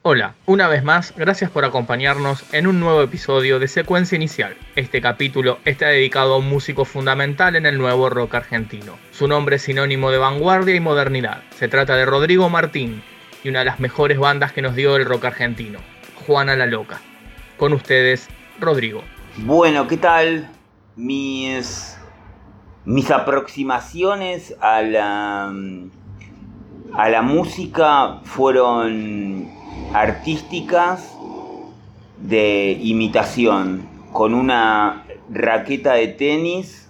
Hola, una vez más, gracias por acompañarnos en un nuevo episodio de Secuencia Inicial. Este capítulo está dedicado a un músico fundamental en el nuevo rock argentino. Su nombre es sinónimo de vanguardia y modernidad. Se trata de Rodrigo Martín y una de las mejores bandas que nos dio el rock argentino, Juana la Loca. Con ustedes, Rodrigo. Bueno, ¿qué tal? Mis aproximaciones a la música fueron artísticas de imitación, con una raqueta de tenis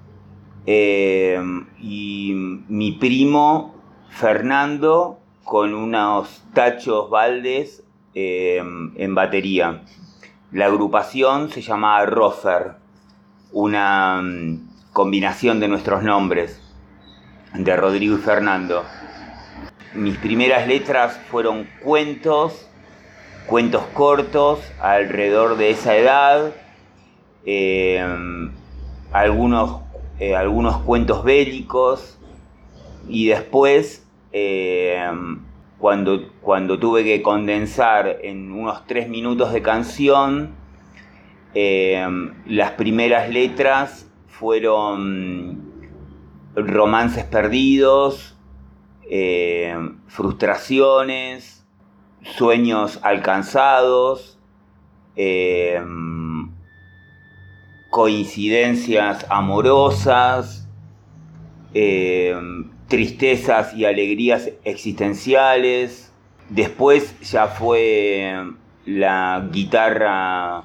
y mi primo Fernando con unos tachos baldes en batería. La agrupación se llamaba Rofer, una combinación de nuestros nombres, de Rodrigo y Fernando. Mis primeras letras fueron cuentos cortos alrededor de esa edad, algunos cuentos bélicos, y después cuando tuve que condensar en unos 3 minutos de canción, las primeras letras fueron romances perdidos, frustraciones, sueños alcanzados, coincidencias amorosas, tristezas y alegrías existenciales. Después ya fue la guitarra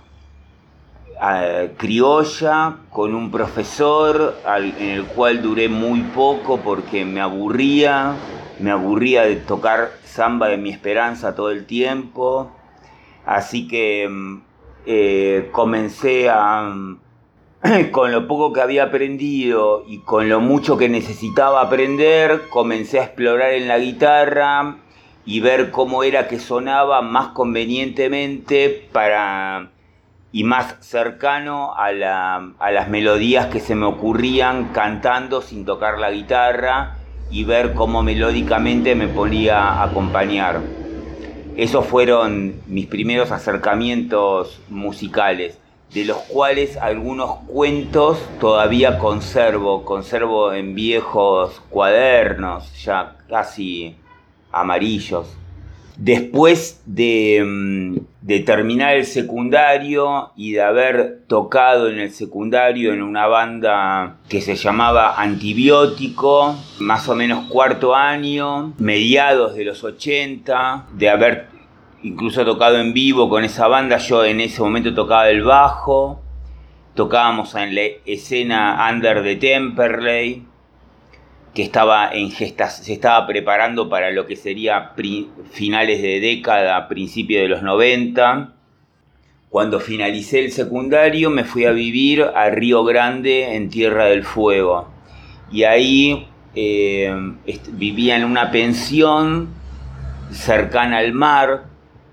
criolla con un profesor en el cual duré muy poco porque me aburría de tocar Samba de mi Esperanza todo el tiempo, así que comencé con lo poco que había aprendido y con lo mucho que necesitaba aprender, comencé a explorar en la guitarra y ver cómo era que sonaba más convenientemente y más cercano a las melodías que se me ocurrían cantando sin tocar la guitarra, y ver cómo melódicamente me podía acompañar. Esos fueron mis primeros acercamientos musicales, de los cuales algunos cuentos todavía conservo en viejos cuadernos, ya casi amarillos. Después de terminar el secundario y de haber tocado en el secundario en una banda que se llamaba Antibiótico, más o menos cuarto año, mediados de los 80, de haber incluso tocado en vivo con esa banda, yo en ese momento tocaba el bajo, tocábamos en la escena under de Temperley, que se estaba preparando para lo que sería finales de década, principios de los 90. Cuando finalicé el secundario me fui a vivir a Río Grande, en Tierra del Fuego. Y ahí vivía en una pensión cercana al mar.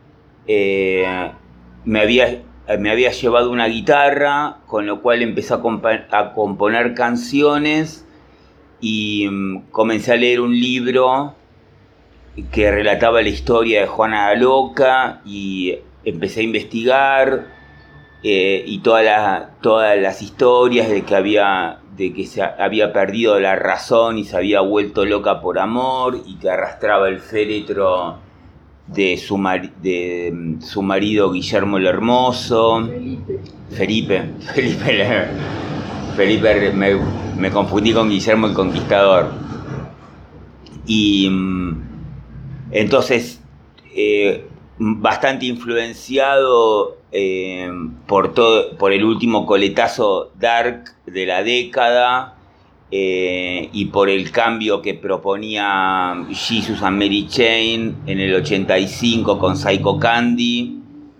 Me había llevado una guitarra, con lo cual empecé a componer canciones. Y comencé a leer un libro que relataba la historia de Juana la Loca, y empecé a investigar y todas las historias de que se había perdido la razón y se había vuelto loca por amor, y que arrastraba el féretro de su marido Guillermo el Hermoso. Felipe, me confundí con Guillermo el Conquistador. Y entonces, bastante influenciado por el último coletazo dark de la década, y por el cambio que proponía Jesus and Mary Chain en el 85 con Psycho Candy.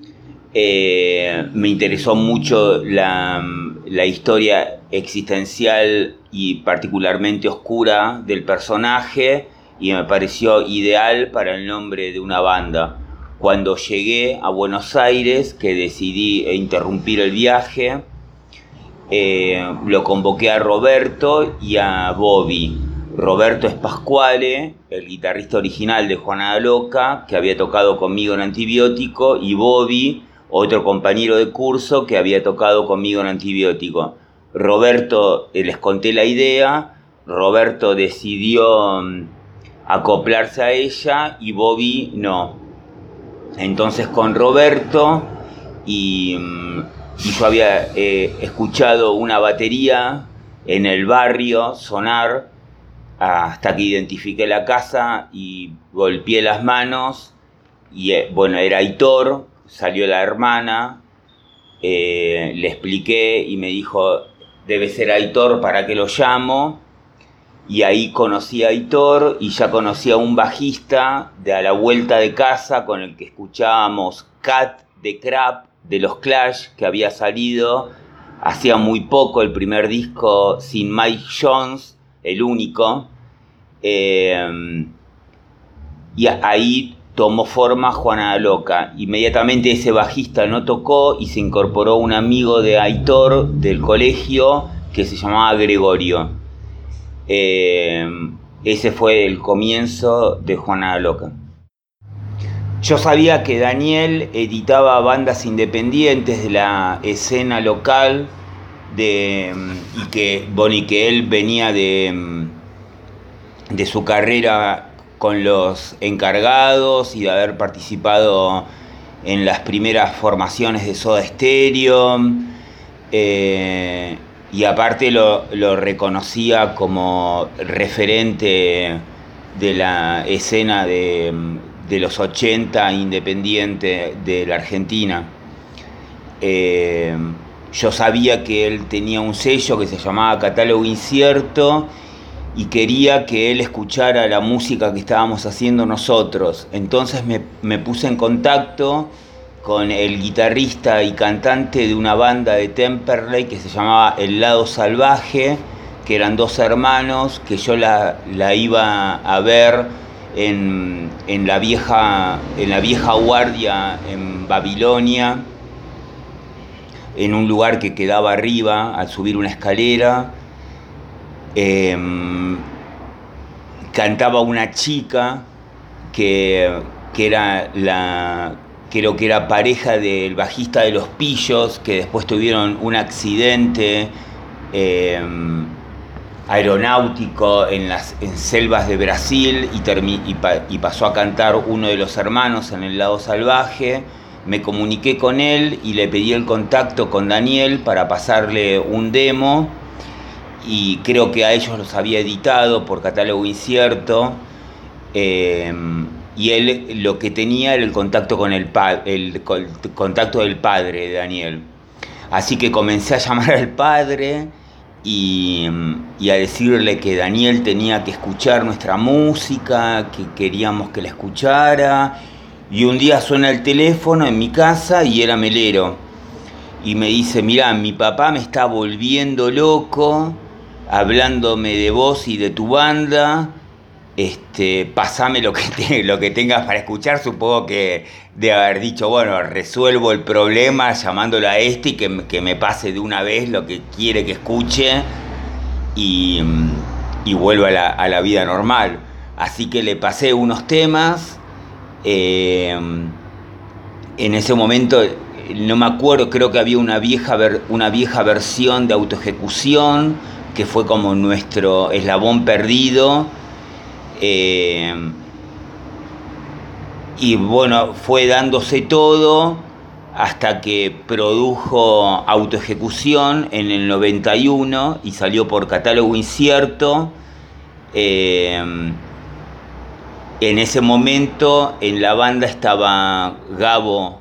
Me interesó mucho la historia existencial y particularmente oscura del personaje, y me pareció ideal para el nombre de una banda. Cuando llegué a Buenos Aires, que decidí interrumpir el viaje, lo convoqué a Roberto y a Bobby, Roberto Spasquale, el guitarrista original de Juana la Loca, que había tocado conmigo en Antibiótico, y Bobby, otro compañero de curso que había tocado conmigo en Antibiótico. Roberto, les conté la idea, Roberto decidió acoplarse a ella y Bobby no. Entonces con Roberto y yo había escuchado una batería en el barrio sonar hasta que identifiqué la casa y golpeé las manos y bueno, era Aitor, salió la hermana, le expliqué y me dijo, debe ser Aitor, ¿para qué lo llamo? Y ahí conocí a Aitor y ya conocí a un bajista de A la Vuelta de Casa con el que escuchábamos Cat de Crap de los Clash, que había salido hacía muy poco, el primer disco sin Mike Jones, el único. Y ahí tomó forma Juana la Loca. Inmediatamente ese bajista no tocó y se incorporó un amigo de Aitor del colegio que se llamaba Gregorio. Ese fue el comienzo de Juana la Loca. Yo sabía que Daniel editaba bandas independientes de la escena local y que él venía de su carrera con Los Encargados y de haber participado en las primeras formaciones de Soda Stereo. Y aparte lo reconocía como referente de la escena de los 80 independiente de la Argentina. Yo sabía que él tenía un sello que se llamaba Catálogo Incierto y quería que él escuchara la música que estábamos haciendo nosotros. Entonces me puse en contacto con el guitarrista y cantante de una banda de Temperley que se llamaba El Lado Salvaje, que eran dos hermanos, que yo la iba a ver en la vieja guardia en Babilonia, en un lugar que quedaba arriba, al subir una escalera. Cantaba una chica que era creo que era pareja del bajista de Los Pillos, que después tuvieron un accidente aeronáutico en selvas de Brasil y pasó a cantar uno de los hermanos en El Lado Salvaje. Me comuniqué con él y le pedí el contacto con Daniel para pasarle un demo, y creo que a ellos los había editado por Catálogo Incierto. Y él lo que tenía era el contacto con el contacto del padre de Daniel. Así que comencé a llamar al padre y a decirle que Daniel tenía que escuchar nuestra música, que queríamos que la escuchara. Y un día suena el teléfono en mi casa y era Melero. Y me dice, mirá, mi papá me está volviendo loco, hablándome de vos y de tu banda. Pasame lo que tengas para escuchar. Supongo que de haber dicho, bueno, resuelvo el problema llamándolo a y que me pase de una vez lo que quiere que escuche y vuelva a la vida normal. Así que le pasé unos temas. En ese momento no me acuerdo, creo que había una vieja versión de Autoejecución que fue como nuestro eslabón perdido. Y bueno, fue dándose todo hasta que produjo Autoejecución en el 91 y salió por Catálogo Incierto. En ese momento en la banda estaba Gabo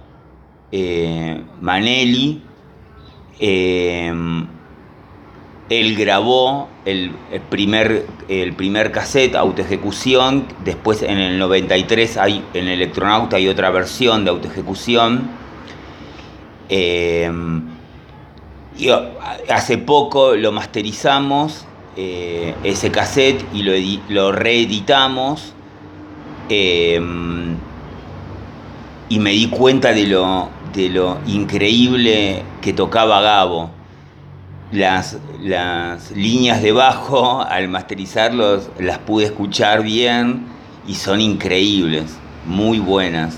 Manelli. Él grabó el primer cassette, Autoejecución. Después en el 93 en Electronauta hay otra versión de Autoejecución. Y hace poco lo masterizamos, ese cassette, y lo reeditamos. Y me di cuenta de lo increíble que tocaba Gabo. las líneas de bajo, al masterizarlos, las pude escuchar bien y son increíbles, muy buenas.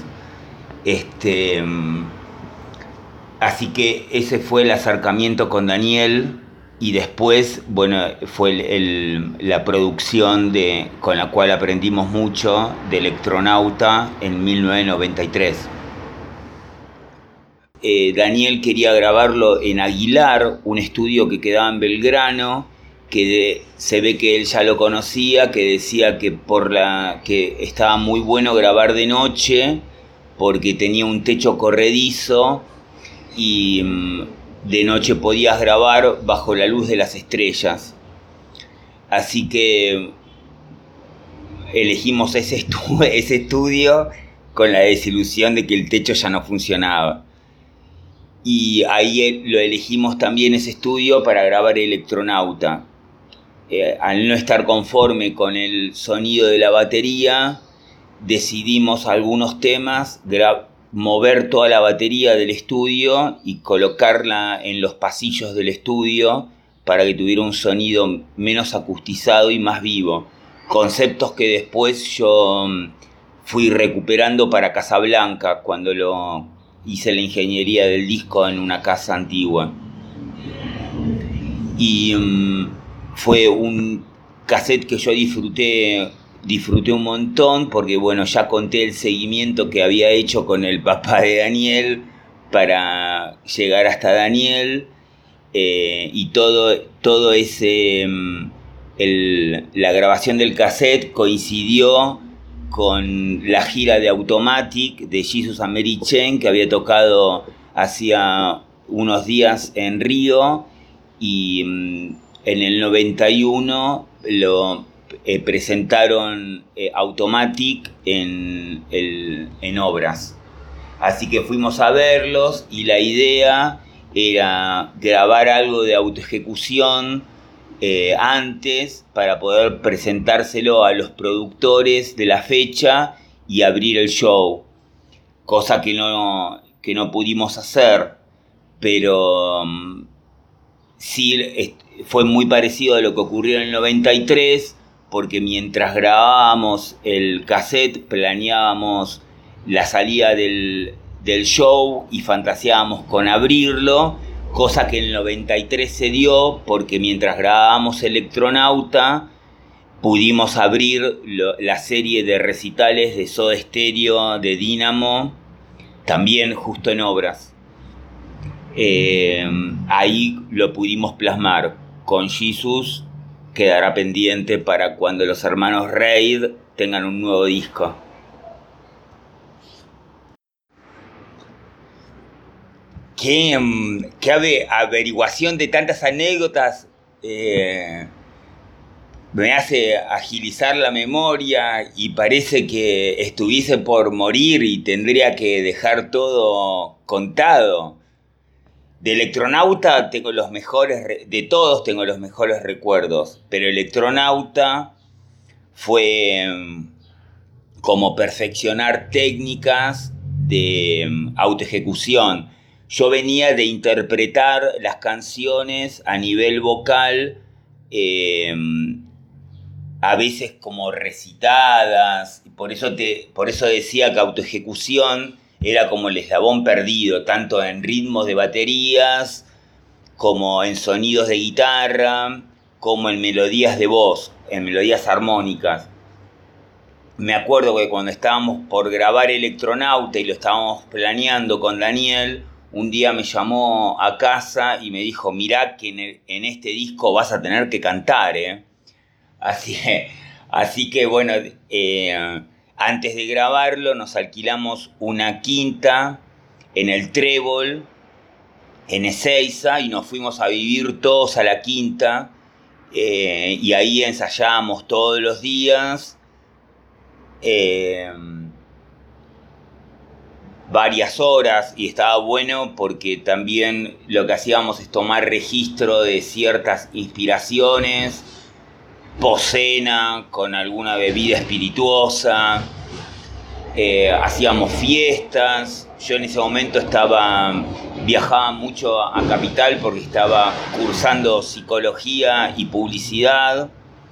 Así que ese fue el acercamiento con Daniel, y después, bueno, fue la producción con la cual aprendimos mucho, de Electronauta en 1993. Daniel quería grabarlo en Aguilar, un estudio que quedaba en Belgrano, que se ve que él ya lo conocía, que decía que que estaba muy bueno grabar de noche porque tenía un techo corredizo y de noche podías grabar bajo la luz de las estrellas. Así que elegimos ese estudio con la desilusión de que el techo ya no funcionaba. Y ahí lo elegimos también, ese estudio, para grabar Electronauta. Al no estar conforme con el sonido de la batería, decidimos algunos temas, mover toda la batería del estudio y colocarla en los pasillos del estudio para que tuviera un sonido menos acustizado y más vivo. Conceptos que después yo fui recuperando para Casablanca, cuando hice la ingeniería del disco en una casa antigua. Y fue un cassette que yo disfruté un montón, porque bueno, ya conté el seguimiento que había hecho con el papá de Daniel para llegar hasta Daniel, y todo ese la grabación del cassette coincidió con la gira de Automatic de Jesus and Mary Chain, que había tocado hacía unos días en Río, y en el 91 lo presentaron Automatic en Obras. Así que fuimos a verlos, y la idea era grabar algo de autoejecución antes, para poder presentárselo a los productores de la fecha y abrir el show, cosa que no pudimos hacer, pero sí fue muy parecido a lo que ocurrió en el 93, porque mientras grabábamos el cassette planeábamos la salida del show y fantaseábamos con abrirlo, cosa que en el 93 se dio, porque mientras grabábamos Electronauta pudimos abrir la serie de recitales de Soda Stereo, de Dynamo, también justo en Obras. Ahí lo pudimos plasmar. Con Jesus quedará pendiente para cuando los hermanos Reid tengan un nuevo disco. Qué averiguación de tantas anécdotas me hace agilizar la memoria, y parece que estuviese por morir y tendría que dejar todo contado. De Electronauta de todos tengo los mejores recuerdos, pero Electronauta fue como perfeccionar técnicas de autoejecución. Yo venía de interpretar las canciones a nivel vocal, a veces como recitadas, por eso decía que autoejecución era como el eslabón perdido, tanto en ritmos de baterías, como en sonidos de guitarra, como en melodías de voz, en melodías armónicas. Me acuerdo que cuando estábamos por grabar Electronauta y lo estábamos planeando con Daniel, un día me llamó a casa y me dijo: mirá que en este disco vas a tener que cantar, ¿eh? Así que bueno, antes de grabarlo nos alquilamos una quinta en el Trébol, en Ezeiza, y nos fuimos a vivir todos a la quinta, y ahí ensayábamos todos los días, varias horas, y estaba bueno porque también lo que hacíamos es tomar registro de ciertas inspiraciones, poscena con alguna bebida espirituosa, hacíamos fiestas. Yo en ese momento viajaba mucho a Capital porque estaba cursando psicología y publicidad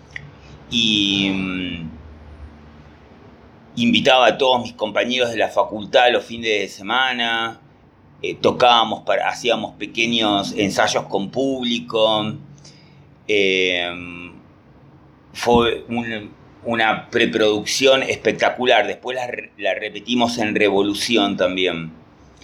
y invitaba a todos mis compañeros de la facultad los fines de semana, hacíamos pequeños ensayos con público, fue una preproducción espectacular. Después la repetimos en Revolución también,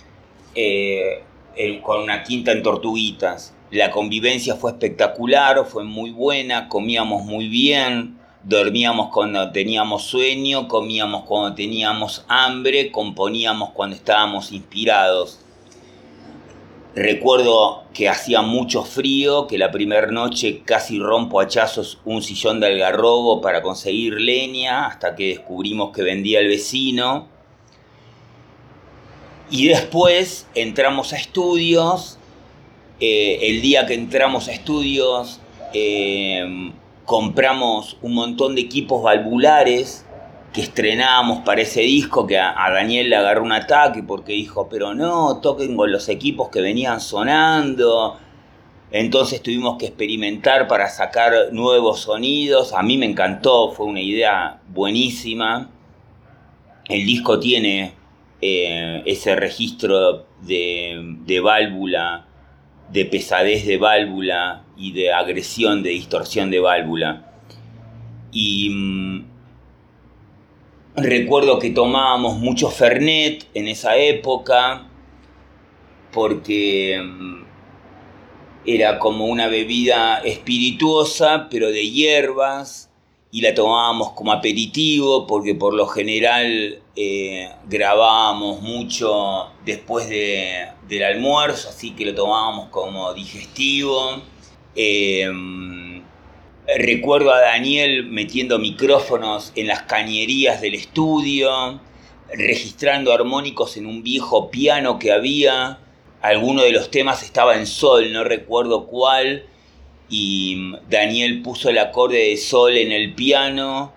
con una quinta en Tortuguitas. La convivencia fue espectacular, fue muy buena, comíamos muy bien, dormíamos cuando teníamos sueño, comíamos cuando teníamos hambre, componíamos cuando estábamos inspirados. Recuerdo que hacía mucho frío, que la primera noche casi rompo a hachazos un sillón de algarrobo para conseguir leña, hasta que descubrimos que vendía el vecino. Y después entramos a estudios. El día que entramos a estudios compramos un montón de equipos valvulares que estrenábamos para ese disco, que a Daniel le agarró un ataque porque dijo, pero no, toquen con los equipos que venían sonando. Entonces tuvimos que experimentar para sacar nuevos sonidos. A mí me encantó, fue una idea buenísima. El disco tiene ese registro de válvula, de pesadez de válvula y de agresión, de distorsión de válvula. Y recuerdo que tomábamos mucho Fernet en esa época porque era como una bebida espirituosa, pero de hierbas, y la tomábamos como aperitivo porque por lo general grabábamos mucho después del almuerzo, así que lo tomábamos como digestivo. Recuerdo a Daniel metiendo micrófonos en las cañerías del estudio, registrando armónicos en un viejo piano que había. Alguno de los temas estaba en sol, no recuerdo cuál, y Daniel puso el acorde de sol en el piano,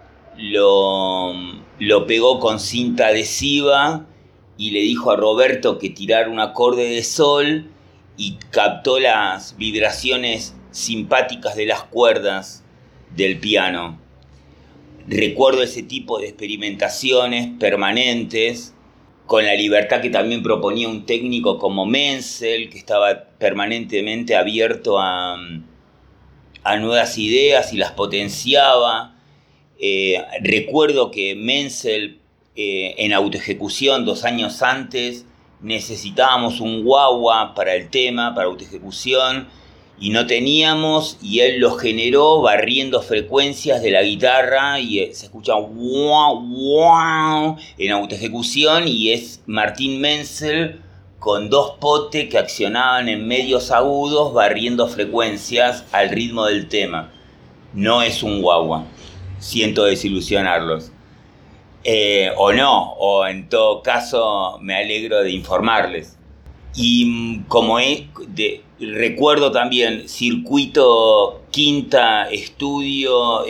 lo pegó con cinta adhesiva y le dijo a Roberto que tirara un acorde de sol y captó las vibraciones simpáticas de las cuerdas del piano. Recuerdo ese tipo de experimentaciones permanentes, con la libertad que también proponía un técnico como Menzel, que estaba permanentemente abierto a nuevas ideas y las potenciaba. Recuerdo que Menzel, en autoejecución 2 años antes, necesitábamos un guagua para el tema, para autoejecución, y no teníamos, y él lo generó barriendo frecuencias de la guitarra y se escucha wow, wow en autoejecución, y es Martín Menzel con 2 potes que accionaban en medios agudos barriendo frecuencias al ritmo del tema. No es un guagua, siento desilusionarlos. O no, o en todo caso me alegro de informarles. Y recuerdo también circuito quinta, estudio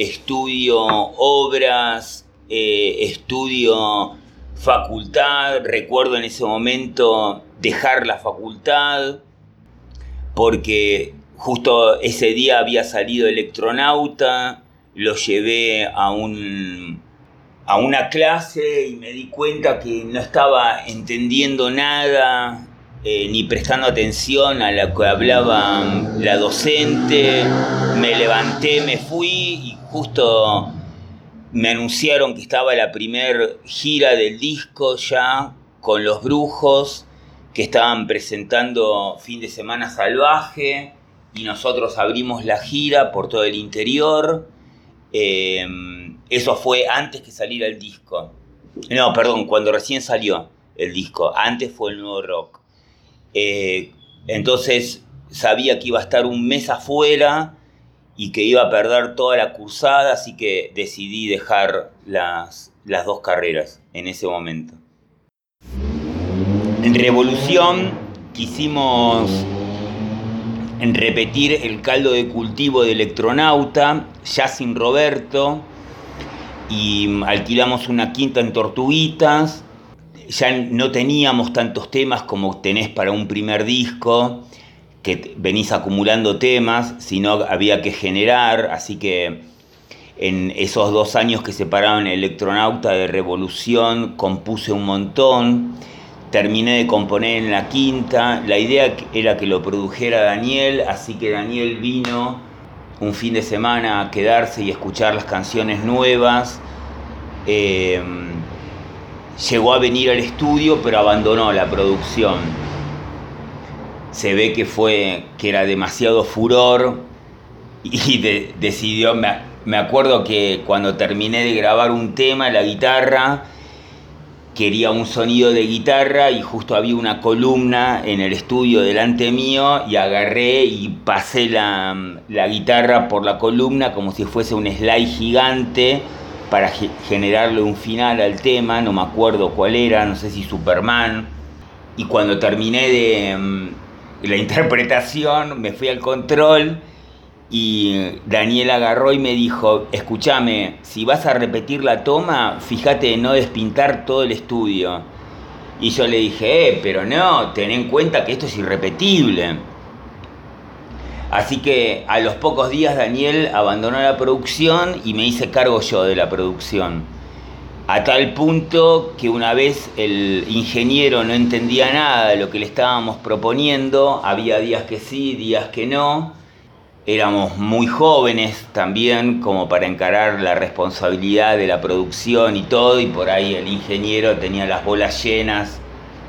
obras, estudio facultad. Recuerdo en ese momento dejar la facultad porque justo ese día había salido Electronauta, lo llevé a una clase y me di cuenta que no estaba entendiendo nada, ni prestando atención a lo que hablaba la docente. Me levanté, me fui y justo me anunciaron que estaba la primer gira del disco ya con Los Brujos, que estaban presentando Fin de Semana Salvaje, y nosotros abrimos la gira por todo el interior. Eso fue antes que saliera el disco. No, perdón, cuando recién salió el disco. Antes fue el Nuevo Rock. Entonces sabía que iba a estar un mes afuera y que iba a perder toda la cursada, así que decidí dejar las 2 carreras en ese momento. En Revolución quisimos repetir el caldo de cultivo de Electronauta, ya sin Roberto, y alquilamos una quinta en Tortuguitas. ya no teníamos tantos temas como tenés para un primer disco, que venís acumulando temas, sino había que generar, así que en esos 2 años que separaron Electronauta de Revolución compuse un montón, terminé de componer en la quinta, la idea era que lo produjera Daniel, así que Daniel vino un fin de semana a quedarse y escuchar las canciones nuevas. Llegó a venir al estudio, pero abandonó la producción. Se ve que era demasiado furor y decidió. Me acuerdo que cuando terminé de grabar un tema, la guitarra, quería un sonido de guitarra y justo había una columna en el estudio delante mío y agarré y pasé la guitarra por la columna como si fuese un slide gigante para generarle un final al tema, no me acuerdo cuál era, no sé si Superman. Y cuando terminé de la interpretación me fui al control y Daniel agarró y me dijo: escúchame, si vas a repetir la toma, fíjate de no despintar todo el estudio. Y yo le dije, pero no, ten en cuenta que esto es irrepetible. Así que a los pocos días Daniel abandonó la producción y me hice cargo yo de la producción. A tal punto que una vez el ingeniero no entendía nada de lo que le estábamos proponiendo, había días que sí, días que no. Éramos muy jóvenes también como para encarar la responsabilidad de la producción y todo, y por ahí el ingeniero tenía las bolas llenas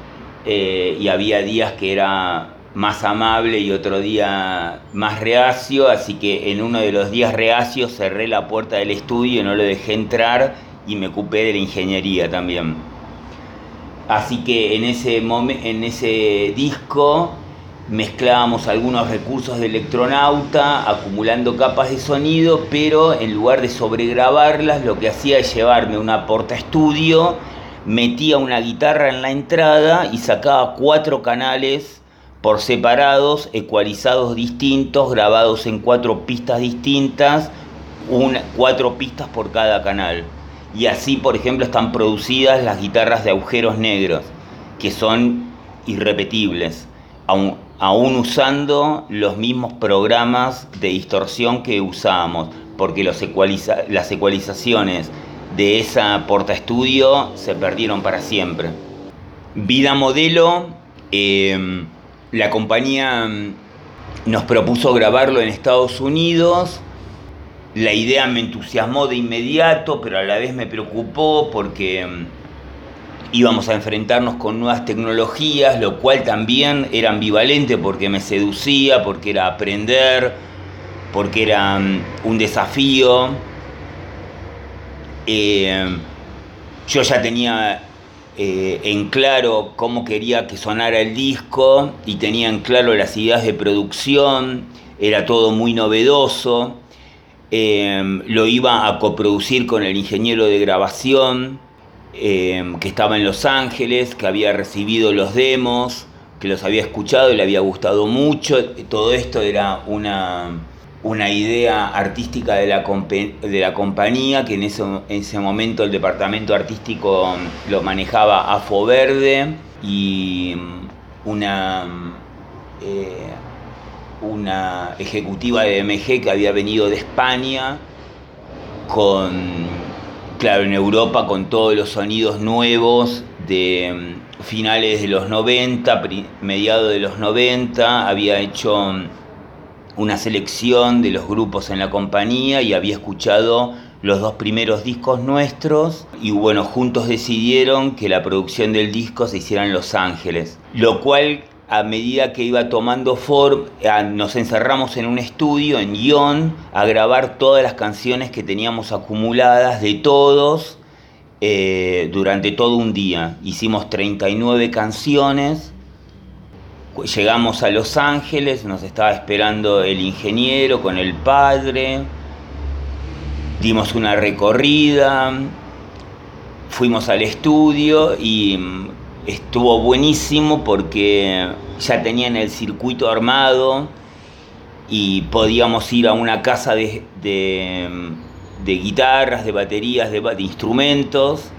y había días que era más amable y otro día más reacio, así que en uno de los días reacios cerré la puerta del estudio, no lo dejé entrar y me ocupé de la ingeniería también. Así que en ese disco mezclábamos algunos recursos de Electronauta, acumulando capas de sonido, pero en lugar de sobregrabarlas, lo que hacía es llevarme una portaestudio, metía una guitarra en la entrada y sacaba 4 canales por separados, ecualizados distintos, grabados en 4 pistas distintas, 4 pistas por cada canal. Y así, por ejemplo, están producidas las guitarras de agujeros negros, que son irrepetibles, aún usando los mismos programas de distorsión que usábamos, porque las ecualizaciones de esa portaestudio se perdieron para siempre. Vida Modelo, la compañía nos propuso grabarlo en Estados Unidos. La idea me entusiasmó de inmediato, pero a la vez me preocupó porque íbamos a enfrentarnos con nuevas tecnologías, lo cual también era ambivalente porque me seducía, porque era aprender, porque era un desafío. Yo ya tenía en claro cómo quería que sonara el disco y tenía en claro las ideas de producción, era todo muy novedoso. Lo iba a coproducir con el ingeniero de grabación que estaba en Los Ángeles, que había recibido los demos, que los había escuchado y le había gustado mucho. Todo esto era una idea artística de la compañía, que en ese momento el departamento artístico lo manejaba Afo Verde, y una ejecutiva de MG que había venido de España en Europa con todos los sonidos nuevos de finales de los 90, mediados de los 90, había hecho una selección de los grupos en la compañía y había escuchado los 2 primeros discos nuestros y bueno, juntos decidieron que la producción del disco se hiciera en Los Ángeles, lo cual a medida que iba tomando forma, nos encerramos en un estudio en Lyon a grabar todas las canciones que teníamos acumuladas de todos durante todo un día. Hicimos 39 canciones, llegamos a Los Ángeles, nos estaba esperando el ingeniero con el padre, dimos una recorrida, fuimos al estudio y estuvo buenísimo porque ya tenían el circuito armado y podíamos ir a una casa de guitarras, de baterías, de instrumentos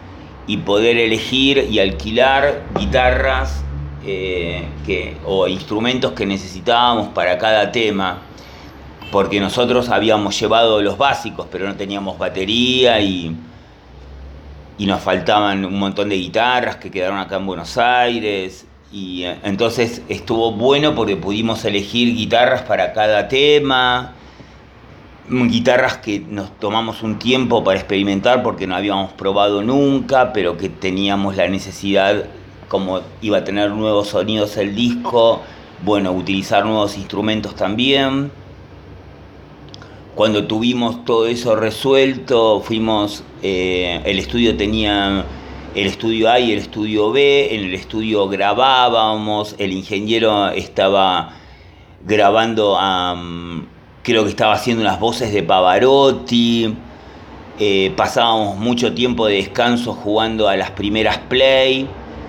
y poder elegir y alquilar guitarras o instrumentos que necesitábamos para cada tema, porque nosotros habíamos llevado los básicos, pero no teníamos batería y nos faltaban un montón de guitarras que quedaron acá en Buenos Aires, y entonces estuvo bueno porque pudimos elegir guitarras para cada tema, guitarras que nos tomamos un tiempo para experimentar porque no habíamos probado nunca, pero que teníamos la necesidad, como iba a tener nuevos sonidos el disco, bueno, utilizar nuevos instrumentos también. Cuando tuvimos todo eso resuelto, fuimos, el estudio tenía el estudio A y el estudio B, en el estudio grabábamos, el ingeniero estaba grabando, creo que estaba haciendo unas voces de Pavarotti, pasábamos mucho tiempo de descanso jugando a las primeras play,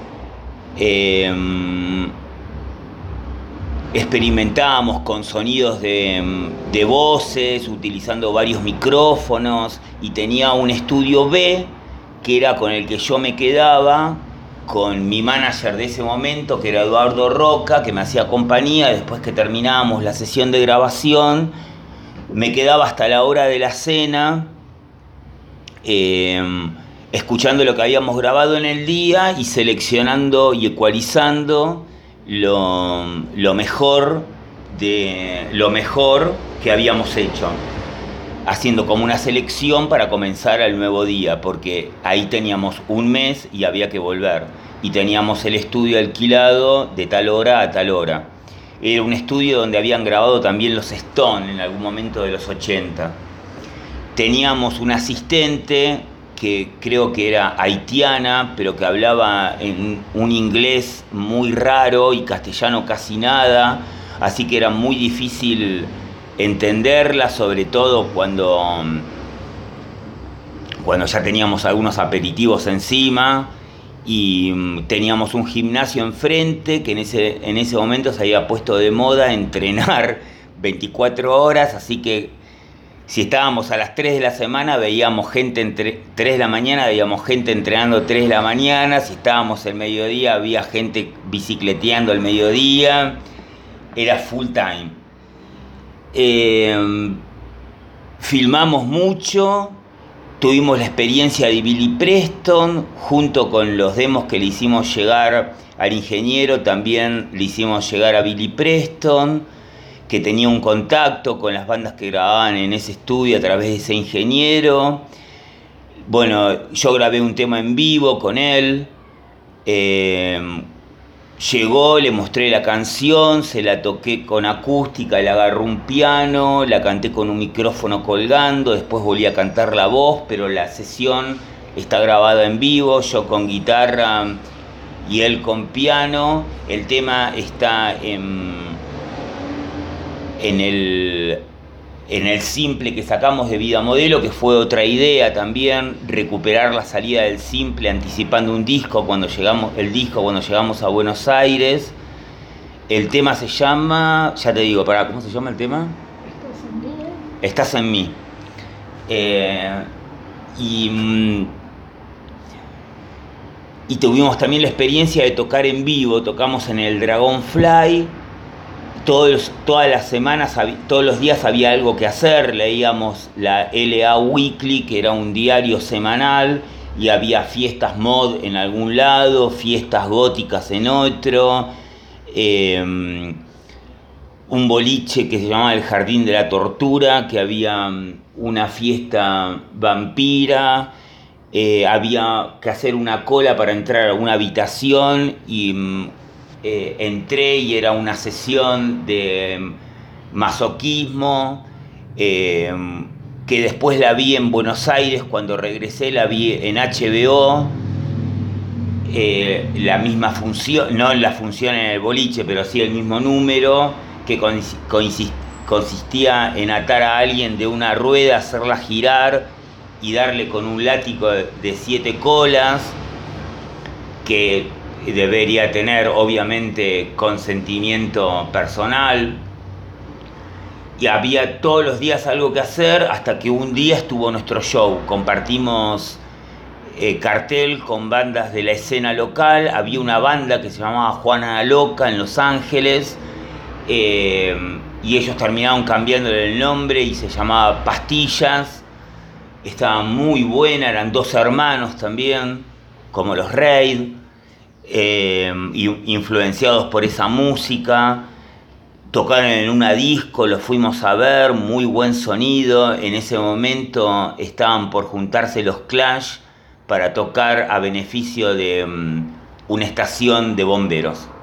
experimentábamos con sonidos de voces, utilizando varios micrófonos, y tenía un estudio B, que era con el que yo me quedaba, con mi manager de ese momento, que era Eduardo Roca, que me hacía compañía. Después que terminábamos la sesión de grabación, me quedaba hasta la hora de la cena, escuchando lo que habíamos grabado en el día y seleccionando y ecualizando lo mejor que habíamos hecho, haciendo como una selección para comenzar el nuevo día, porque ahí teníamos un mes y había que volver, y teníamos el estudio alquilado de tal hora a tal hora. Era un estudio donde habían grabado también los Stones en algún momento de los 80. Teníamos una asistente que creo que era haitiana, pero que hablaba en un inglés muy raro y castellano casi nada, así que era muy difícil entenderla, sobre todo cuando ya teníamos algunos aperitivos encima, y teníamos un gimnasio enfrente que en ese momento se había puesto de moda entrenar 24 horas, así que si estábamos a las 3 de la semana, veíamos gente 3 de la mañana, veíamos gente entrenando 3 de la mañana. Si estábamos el mediodía, había gente bicicleteando el mediodía. Era full time. Filmamos mucho. Tuvimos la experiencia de Billy Preston, junto con los demos que le hicimos llegar al ingeniero, también le hicimos llegar a Billy Preston, que tenía un contacto con las bandas que grababan en ese estudio a través de ese ingeniero. Bueno, yo grabé un tema en vivo con él. Llegó, le mostré la canción, se la toqué con acústica, le agarró un piano, la canté con un micrófono colgando, después volví a cantar la voz, pero la sesión está grabada en vivo, yo con guitarra y él con piano. El tema está en el simple que sacamos de Vida Modelo, que fue otra idea también, recuperar la salida del simple anticipando un disco cuando llegamos a Buenos Aires. El tema se llama, ya te digo, ¿cómo se llama el tema? Estás en mí. Y tuvimos también la experiencia de tocar en vivo, tocamos en el Dragonfly. Todas las semanas, todos los días había algo que hacer. Leíamos la LA Weekly, que era un diario semanal, y había fiestas mod en algún lado, fiestas góticas en otro, un boliche que se llamaba el Jardín de la Tortura, que había una fiesta vampira, había que hacer una cola para entrar a una habitación, y entré y era una sesión de masoquismo, que después la vi en Buenos Aires. Cuando regresé la vi en HBO, la misma función, no la función en el boliche, pero sí el mismo número, que consistía en atar a alguien de una rueda, hacerla girar y darle con un látigo de 7 colas, que debería tener obviamente consentimiento personal. Y había todos los días algo que hacer, hasta que un día estuvo nuestro show. Compartimos cartel con bandas de la escena local. Había una banda que se llamaba Juana la Loca en Los Ángeles, y ellos terminaron cambiándole el nombre y se llamaba Pastillas. Estaba muy buena, eran dos hermanos también, como los Raid, influenciados por esa música. Tocaron en una disco, los fuimos a ver, muy buen sonido. En ese momento estaban por juntarse los Clash para tocar a beneficio de una estación de bomberos.